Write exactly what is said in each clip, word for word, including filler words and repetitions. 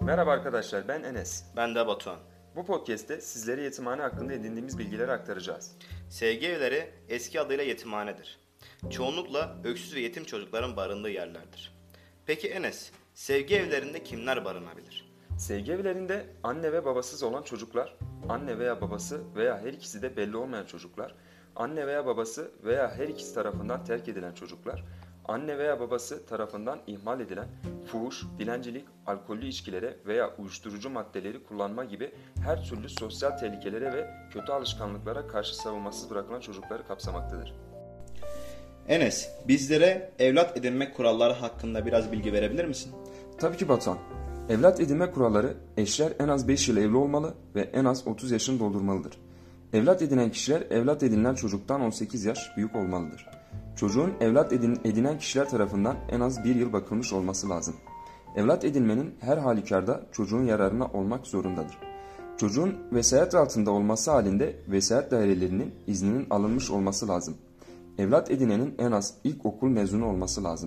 Merhaba arkadaşlar, ben Enes. Ben de Batuhan. Bu podcast'te sizlere yetimhane hakkında edindiğimiz bilgileri aktaracağız. Sevgi evleri eski adıyla yetimhanedir. Çoğunlukla öksüz ve yetim çocukların barındığı yerlerdir. Peki Enes, sevgi evlerinde kimler barınabilir? Sevgi evlerinde anne ve babasız olan çocuklar, anne veya babası veya her ikisi de belli olmayan çocuklar, anne veya babası veya her ikisi tarafından terk edilen çocuklar, anne veya babası tarafından ihmal edilen, fuhuş, dilencilik, alkollü içkilere veya uyuşturucu maddeleri kullanma gibi her türlü sosyal tehlikelere ve kötü alışkanlıklara karşı savunmasız bırakılan çocukları kapsamaktadır. Enes, bizlere evlat edinme kuralları hakkında biraz bilgi verebilir misin? Tabii ki Batuhan. Evlat edinme kuralları, eşler en az beş yıl evli olmalı ve en az otuz yaşını doldurmalıdır. Evlat edinen kişiler evlat edinilen çocuktan on sekiz yaş büyük olmalıdır. Çocuğun evlat edin, edinen kişiler tarafından en az bir yıl bakılmış olması lazım. Evlat edinmenin her halükarda çocuğun yararına olmak zorundadır. Çocuğun vesayet altında olması halinde vesayet dairelerinin izninin alınmış olması lazım. Evlat edinenin en az ilkokul mezunu olması lazım.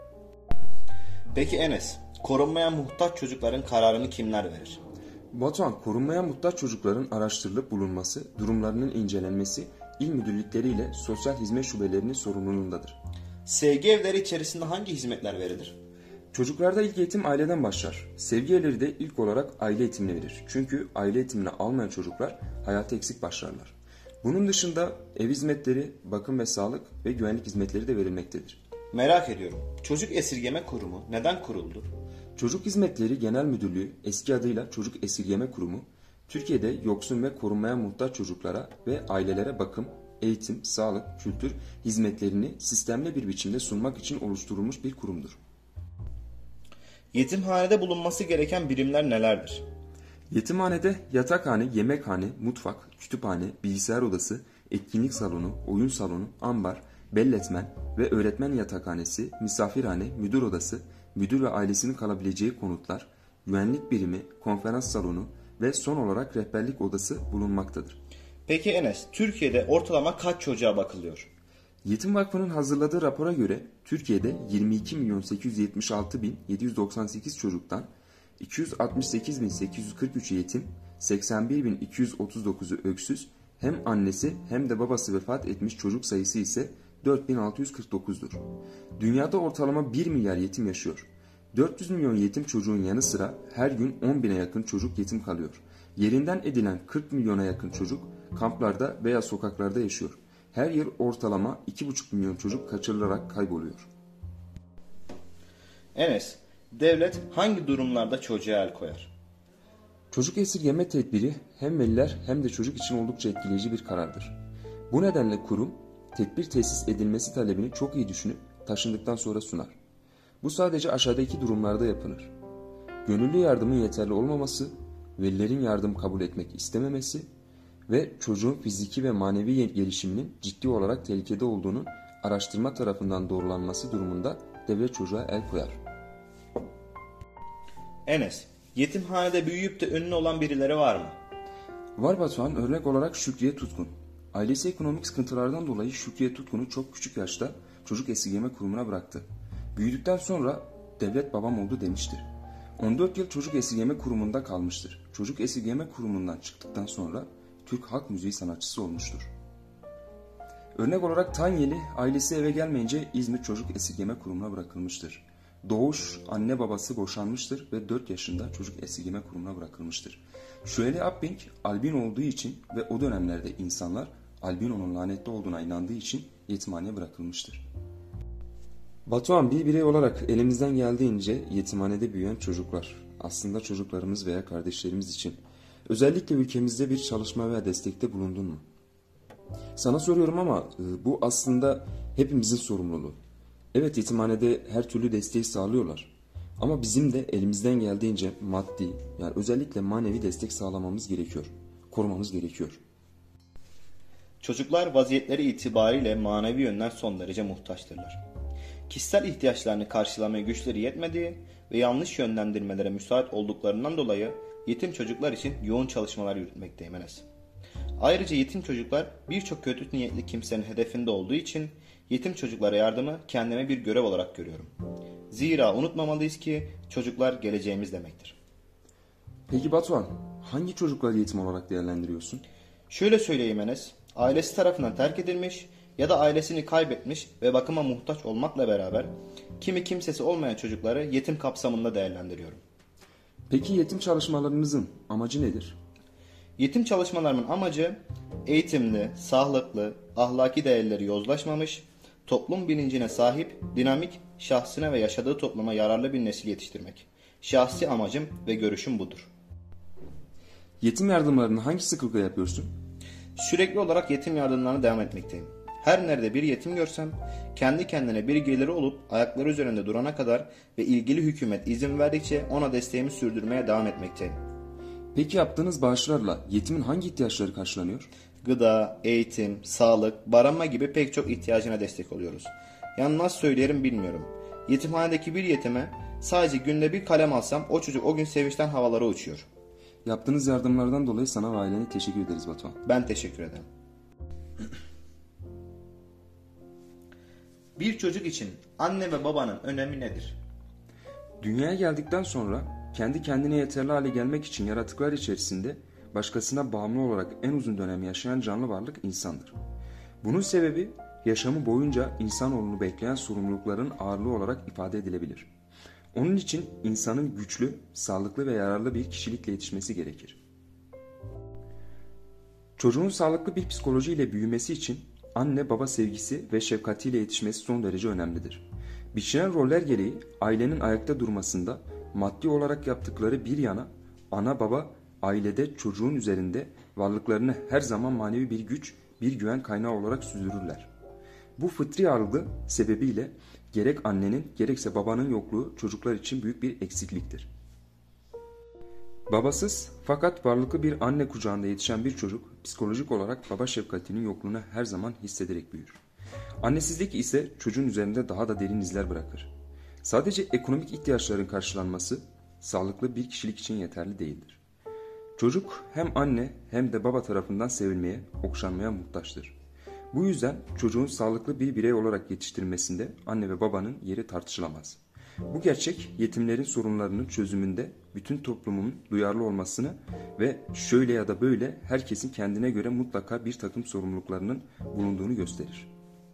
Peki Enes, korunmaya muhtaç çocukların kararını kimler verir? Batuhan, korunmaya muhtaç çocukların araştırılıp bulunması, durumlarının incelenmesi, il müdürlükleriyle sosyal hizmet şubelerinin sorumluluğundadır. Sevgi evleri içerisinde hangi hizmetler verilir? Çocuklarda ilk eğitim aileden başlar. Sevgi evleri de ilk olarak aile eğitimini verir. Çünkü aile eğitimini almayan çocuklar hayata eksik başlarlar. Bunun dışında ev hizmetleri, bakım ve sağlık ve güvenlik hizmetleri de verilmektedir. Merak ediyorum. Çocuk Esirgeme Kurumu neden kuruldu? Çocuk Hizmetleri Genel Müdürlüğü, eski adıyla Çocuk Esirgeme Kurumu, Türkiye'de yoksun ve korunmaya muhtaç çocuklara ve ailelere bakım, eğitim, sağlık, kültür hizmetlerini sistemli bir biçimde sunmak için oluşturulmuş bir kurumdur. Yetimhanede bulunması gereken birimler nelerdir? Yetimhanede yatakhane, yemekhane, mutfak, kütüphane, bilgisayar odası, etkinlik salonu, oyun salonu, ambar, belletmen ve öğretmen yatakhanesi, misafirhane, müdür odası, müdür ve ailesinin kalabileceği konutlar, güvenlik birimi, konferans salonu ve son olarak rehberlik odası bulunmaktadır. Peki Enes, Türkiye'de ortalama kaç çocuğa bakılıyor? Yetim Vakfı'nın hazırladığı rapora göre Türkiye'de yirmi iki milyon sekiz yüz yetmiş altı bin yedi yüz doksan sekiz çocuktan iki yüz altmış sekiz bin sekiz yüz kırk üçü yetim, seksen bir bin iki yüz otuz dokuzu öksüz, hem annesi hem de babası vefat etmiş çocuk sayısı ise dört bin altı yüz kırk dokuzdur. Dünyada ortalama bir milyar yetim yaşıyor. dört yüz milyon yetim çocuğun yanı sıra her gün on bine yakın çocuk yetim kalıyor. Yerinden edilen kırk milyona yakın çocuk kamplarda veya sokaklarda yaşıyor. Her yıl ortalama iki buçuk milyon çocuk kaçırılarak kayboluyor. Enes, devlet hangi durumlarda çocuğa el koyar? Çocuk esirgeme tedbiri hem veliler hem de çocuk için oldukça etkileyici bir karardır. Bu nedenle kurum, tedbir tesis edilmesi talebini çok iyi düşünüp taşındıktan sonra sunar. Bu sadece aşağıdaki durumlarda yapılır. Gönüllü yardımın yeterli olmaması, velilerin yardım kabul etmek istememesi ve çocuğun fiziki ve manevi gelişiminin ciddi olarak tehlikede olduğunun araştırma tarafından doğrulanması durumunda devlet çocuğa el koyar. Enes, yetimhanede büyüyüp de ünlü olan birileri var mı? Var Batuhan, örnek olarak Şükriye Tutkun. Ailesi ekonomik sıkıntılardan dolayı Şükriye Tutkun'u çok küçük yaşta çocuk esirgeme kurumuna bıraktı. Büyüdükten sonra devlet babam oldu demiştir. on dört yıl çocuk esirgeme kurumunda kalmıştır. Çocuk esirgeme kurumundan çıktıktan sonra Türk halk müziği sanatçısı olmuştur. Örnek olarak Tanyeli ailesi eve gelmeyince İzmir Çocuk Esirgeme Kurumu'na bırakılmıştır. Doğuş anne babası boşanmıştır ve dört yaşında çocuk esirgeme kurumuna bırakılmıştır. Şüeli Akbink albin olduğu için ve o dönemlerde insanlar albinonun lanetli olduğuna inandığı için yetimhaneye bırakılmıştır. Batuhan, bir birey olarak elimizden geldiğince yetimhanede büyüyen çocuklar, aslında çocuklarımız veya kardeşlerimiz için özellikle ülkemizde bir çalışma veya destekte bulundun mu? Sana soruyorum ama bu aslında hepimizin sorumluluğu. Evet, yetimhanede her türlü desteği sağlıyorlar. Ama bizim de elimizden geldiğince maddi, yani özellikle manevi destek sağlamamız gerekiyor. Korumamız gerekiyor. Çocuklar vaziyetleri itibariyle manevi yönden son derece muhtaçtırlar. Kişisel ihtiyaçlarını karşılamaya güçleri yetmediği ve yanlış yönlendirmelere müsait olduklarından dolayı yetim çocuklar için yoğun çalışmalar yürütmekteyim Enes. Ayrıca yetim çocuklar birçok kötü niyetli kimsenin hedefinde olduğu için yetim çocuklara yardımı kendime bir görev olarak görüyorum. Zira unutmamalıyız ki çocuklar geleceğimiz demektir. Peki Batuhan, hangi çocukları yetim olarak değerlendiriyorsun? Şöyle söyleyeyim Enes, ailesi tarafından terk edilmiş ya da ailesini kaybetmiş ve bakıma muhtaç olmakla beraber kimi kimsesi olmayan çocukları yetim kapsamında değerlendiriyorum. Peki yetim çalışmalarınızın amacı nedir? Yetim çalışmalarımın amacı eğitimli, sağlıklı, ahlaki değerleri yozlaşmamış, toplum bilincine sahip, dinamik, şahsına ve yaşadığı topluma yararlı bir nesil yetiştirmek. Şahsi amacım ve görüşüm budur. Yetim yardımlarını hangi sıklıkla yapıyorsun? Sürekli olarak yetim yardımlarına devam etmekteyim. Her nerede bir yetim görsem, kendi kendine bir geliri olup ayakları üzerinde durana kadar ve ilgili hükümet izin verdikçe ona desteğimi sürdürmeye devam etmekteyim. Peki yaptığınız bağışlarla yetimin hangi ihtiyaçları karşılanıyor? Gıda, eğitim, sağlık, barınma gibi pek çok ihtiyacına destek oluyoruz. Yani nasıl söylerim bilmiyorum. Yetimhanedeki bir yetime sadece günde bir kalem alsam o çocuk o gün sevinçten havalara uçuyor. Yaptığınız yardımlardan dolayı sana ve ailene teşekkür ederiz Batuhan. Ben teşekkür ederim. Bir çocuk için anne ve babanın önemi nedir? Dünyaya geldikten sonra kendi kendine yeterli hale gelmek için yaratıklar içerisinde başkasına bağımlı olarak en uzun dönem yaşayan canlı varlık insandır. Bunun sebebi yaşamı boyunca insanoğlunu bekleyen sorumlulukların ağırlığı olarak ifade edilebilir. Onun için insanın güçlü, sağlıklı ve yararlı bir kişilikle yetişmesi gerekir. Çocuğun sağlıklı bir psikolojiyle büyümesi için anne baba sevgisi ve şefkatiyle yetişmesi son derece önemlidir. Biçilen roller gereği ailenin ayakta durmasında maddi olarak yaptıkları bir yana ana baba ailede çocuğun üzerinde varlıklarını her zaman manevi bir güç, bir güven kaynağı olarak sürdürürler. Bu fıtri algı sebebiyle gerek annenin gerekse babanın yokluğu çocuklar için büyük bir eksikliktir. Babasız fakat varlıklı bir anne kucağında yetişen bir çocuk psikolojik olarak baba şefkatinin yokluğunu her zaman hissederek büyür. Annesizlik ise çocuğun üzerinde daha da derin izler bırakır. Sadece ekonomik ihtiyaçların karşılanması sağlıklı bir kişilik için yeterli değildir. Çocuk hem anne hem de baba tarafından sevilmeye, okşanmaya muhtaçtır. Bu yüzden çocuğun sağlıklı bir birey olarak yetiştirilmesinde anne ve babanın yeri tartışılamaz. Bu gerçek yetimlerin sorunlarının çözümünde bütün toplumun duyarlı olmasını ve şöyle ya da böyle herkesin kendine göre mutlaka bir takım sorumluluklarının bulunduğunu gösterir.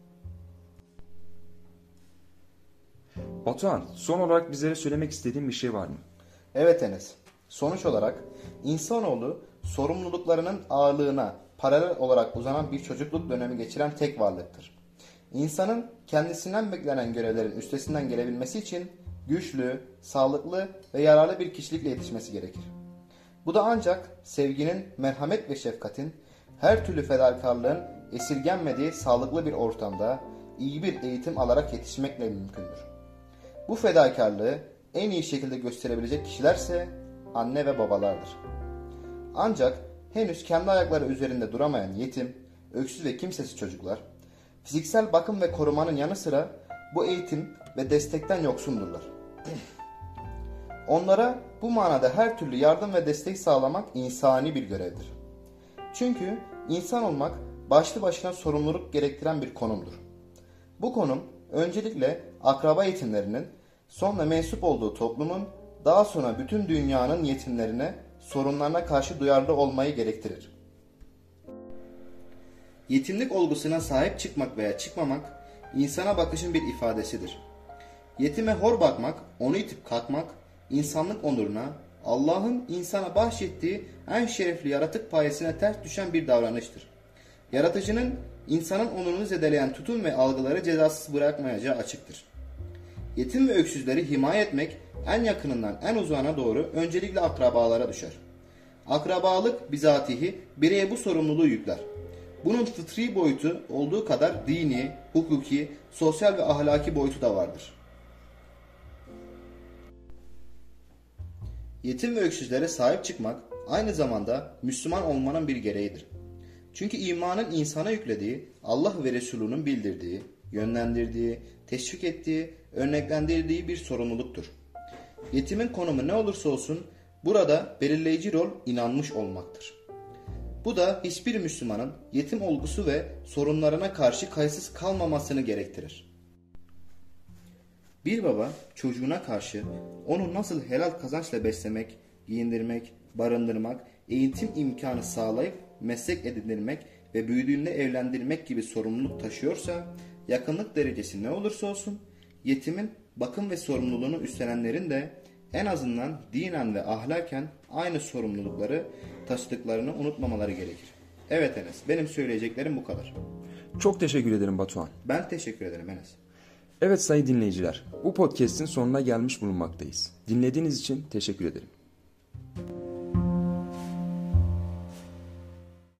Batuhan, son olarak bizlere söylemek istediğin bir şey var mı? Evet Enes. Sonuç olarak insanoğlu sorumluluklarının ağırlığına paralel olarak uzanan bir çocukluk dönemi geçiren tek varlıktır. İnsanın kendisinden beklenen görevlerin üstesinden gelebilmesi için güçlü, sağlıklı ve yararlı bir kişilikle yetişmesi gerekir. Bu da ancak sevginin, merhamet ve şefkatin, her türlü fedakarlığın esirgenmediği sağlıklı bir ortamda iyi bir eğitim alarak yetişmekle mümkündür. Bu fedakarlığı en iyi şekilde gösterebilecek kişilerse anne ve babalardır. Ancak henüz kendi ayakları üzerinde duramayan yetim, öksüz ve kimsesiz çocuklar, fiziksel bakım ve korumanın yanı sıra bu eğitim ve destekten yoksundurlar. Onlara bu manada her türlü yardım ve destek sağlamak insani bir görevdir. Çünkü insan olmak başlı başına sorumluluk gerektiren bir konumdur. Bu konum öncelikle akraba yetimlerinin, sonra mensup olduğu toplumun, daha sonra bütün dünyanın yetimlerine, sorunlarına karşı duyarlı olmayı gerektirir. Yetimlik olgusuna sahip çıkmak veya çıkmamak, insana bakışın bir ifadesidir. Yetime hor bakmak, onu itip kalkmak, insanlık onuruna, Allah'ın insana bahşettiği en şerefli yaratık payesine ters düşen bir davranıştır. Yaratıcının insanın onurunu zedeleyen tutum ve algıları cezasız bırakmayacağı açıktır. Yetim ve öksüzleri himaye etmek en yakınından en uzağına doğru öncelikle akrabalara düşer. Akrabalık bizatihi bireye bu sorumluluğu yükler. Bunun fıtri boyutu olduğu kadar dini, hukuki, sosyal ve ahlaki boyutu da vardır. Yetim ve öksüzlere sahip çıkmak aynı zamanda Müslüman olmanın bir gereğidir. Çünkü imanın insana yüklediği, Allah ve Resulünün bildirdiği, yönlendirdiği, teşvik ettiği, örneklendirdiği bir sorumluluktur. Yetimin konumu ne olursa olsun burada belirleyici rol inanmış olmaktır. Bu da hiçbir Müslümanın yetim olgusu ve sorunlarına karşı kayıtsız kalmamasını gerektirir. Bir baba çocuğuna karşı onu nasıl helal kazançla beslemek, giyindirmek, barındırmak, eğitim imkanı sağlayıp meslek edindirmek ve büyüdüğünde evlendirmek gibi sorumluluk taşıyorsa, yakınlık derecesi ne olursa olsun, yetimin bakım ve sorumluluğunu üstlenenlerin de en azından dinen ve ahlaken aynı sorumlulukları taşıdıklarını unutmamaları gerekir. Evet Enes, benim söyleyeceklerim bu kadar. Çok teşekkür ederim Batuhan. Ben teşekkür ederim Enes. Evet sayın dinleyiciler, bu podcast'in sonuna gelmiş bulunmaktayız. Dinlediğiniz için teşekkür ederim.